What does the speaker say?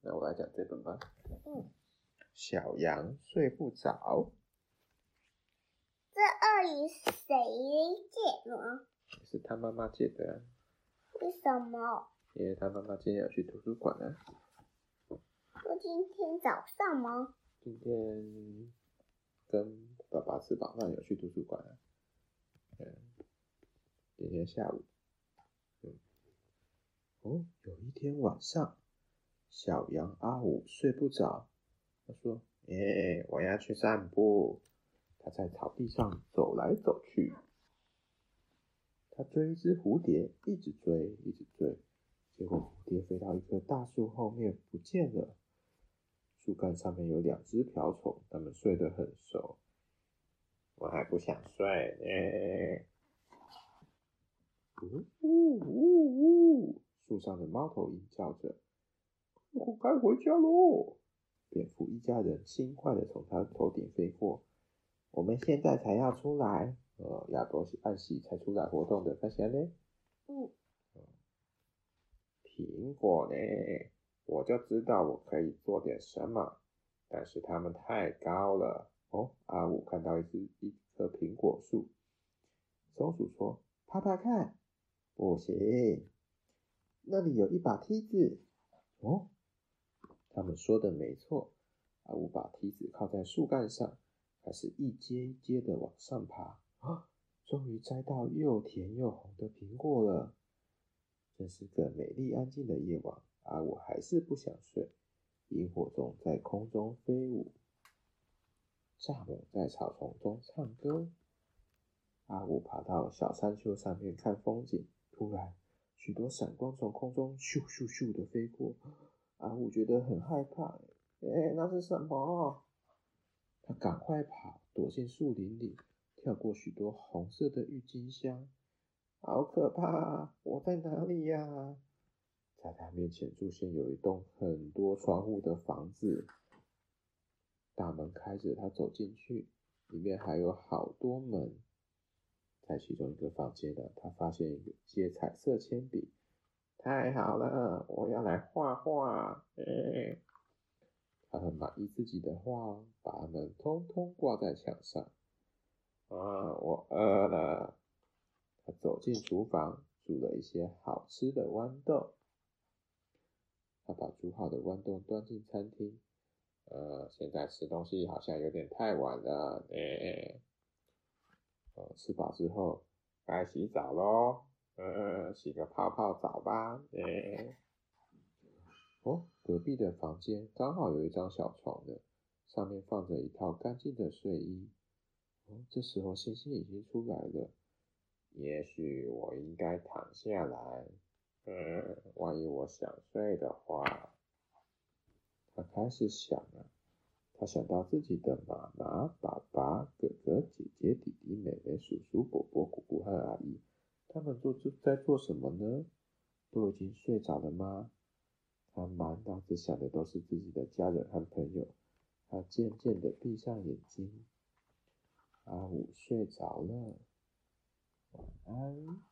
那我来讲这本吧。小羊睡不着。 这鳄鱼谁借的？ 是他妈妈借的啊。 为什么？ 因为他妈妈今天要去图书馆啊。 是今天早上吗？ 今天跟爸爸吃饱饭有去图书馆啊。今天下午。有一天晚上，小羊阿五睡不着。他说：“我要去散步。”他在草地上走来走去。他追一只蝴蝶，一直追，一直追。结果蝴蝶飞到一棵大树后面不见了。树干上面有2只瓢虫，它们睡得很熟。我还不想睡。呜呜呜呜！树上的猫头鹰叫着：“我该回家喽！”蝙蝠一家人轻快地从他头顶飞过。我们现在才要出来，亚伯是按时才出来活动的，发现呢？苹果呢？我就知道我可以做点什么，但是它们太高了。阿五看到一棵苹果树。松鼠说：“爬爬看。”不行，那里有一把梯子。他们说的没错。阿五把梯子靠在树干上，开始一阶一阶的往上爬。终于摘到又甜又红的苹果了。这是个美丽安静的夜晚，阿五还是不想睡。萤火虫在空中飞舞，蚱蜢在草丛中唱歌。阿五爬到小山丘上面看风景，突然许多闪光从空中咻咻咻的飞过。阿五觉得很害怕。那是什么？他赶快跑，躲进树林里，跳过许多红色的郁金香。好可怕！我在哪里呀？在他面前出现有一栋很多窗户的房子。大门开着，他走进去，里面还有好多门。在其中一个房间呢，他发现一些彩色铅笔。太好了，我要来画画。他很满意自己的画，把它们通通挂在墙上。我饿了。他走进厨房，煮了一些好吃的豌豆。他把煮好的豌豆端进餐厅。现在吃东西好像有点太晚了。吃饱之后该洗澡咯。洗个泡泡澡吧。隔壁的房间刚好有一张小床呢，上面放着一套干净的睡衣。这时候星星已经出来了。也许我应该躺下来。万一我想睡的话。他开始想啊，他想到自己的妈妈、爸爸、哥哥、姐姐、弟弟、妹妹、叔叔、伯伯、姑姑和阿姨，他们在做什么呢？都已经睡着了吗？他满脑子想的都是自己的家人和朋友。他渐渐地闭上眼睛。阿五睡着了。晚安。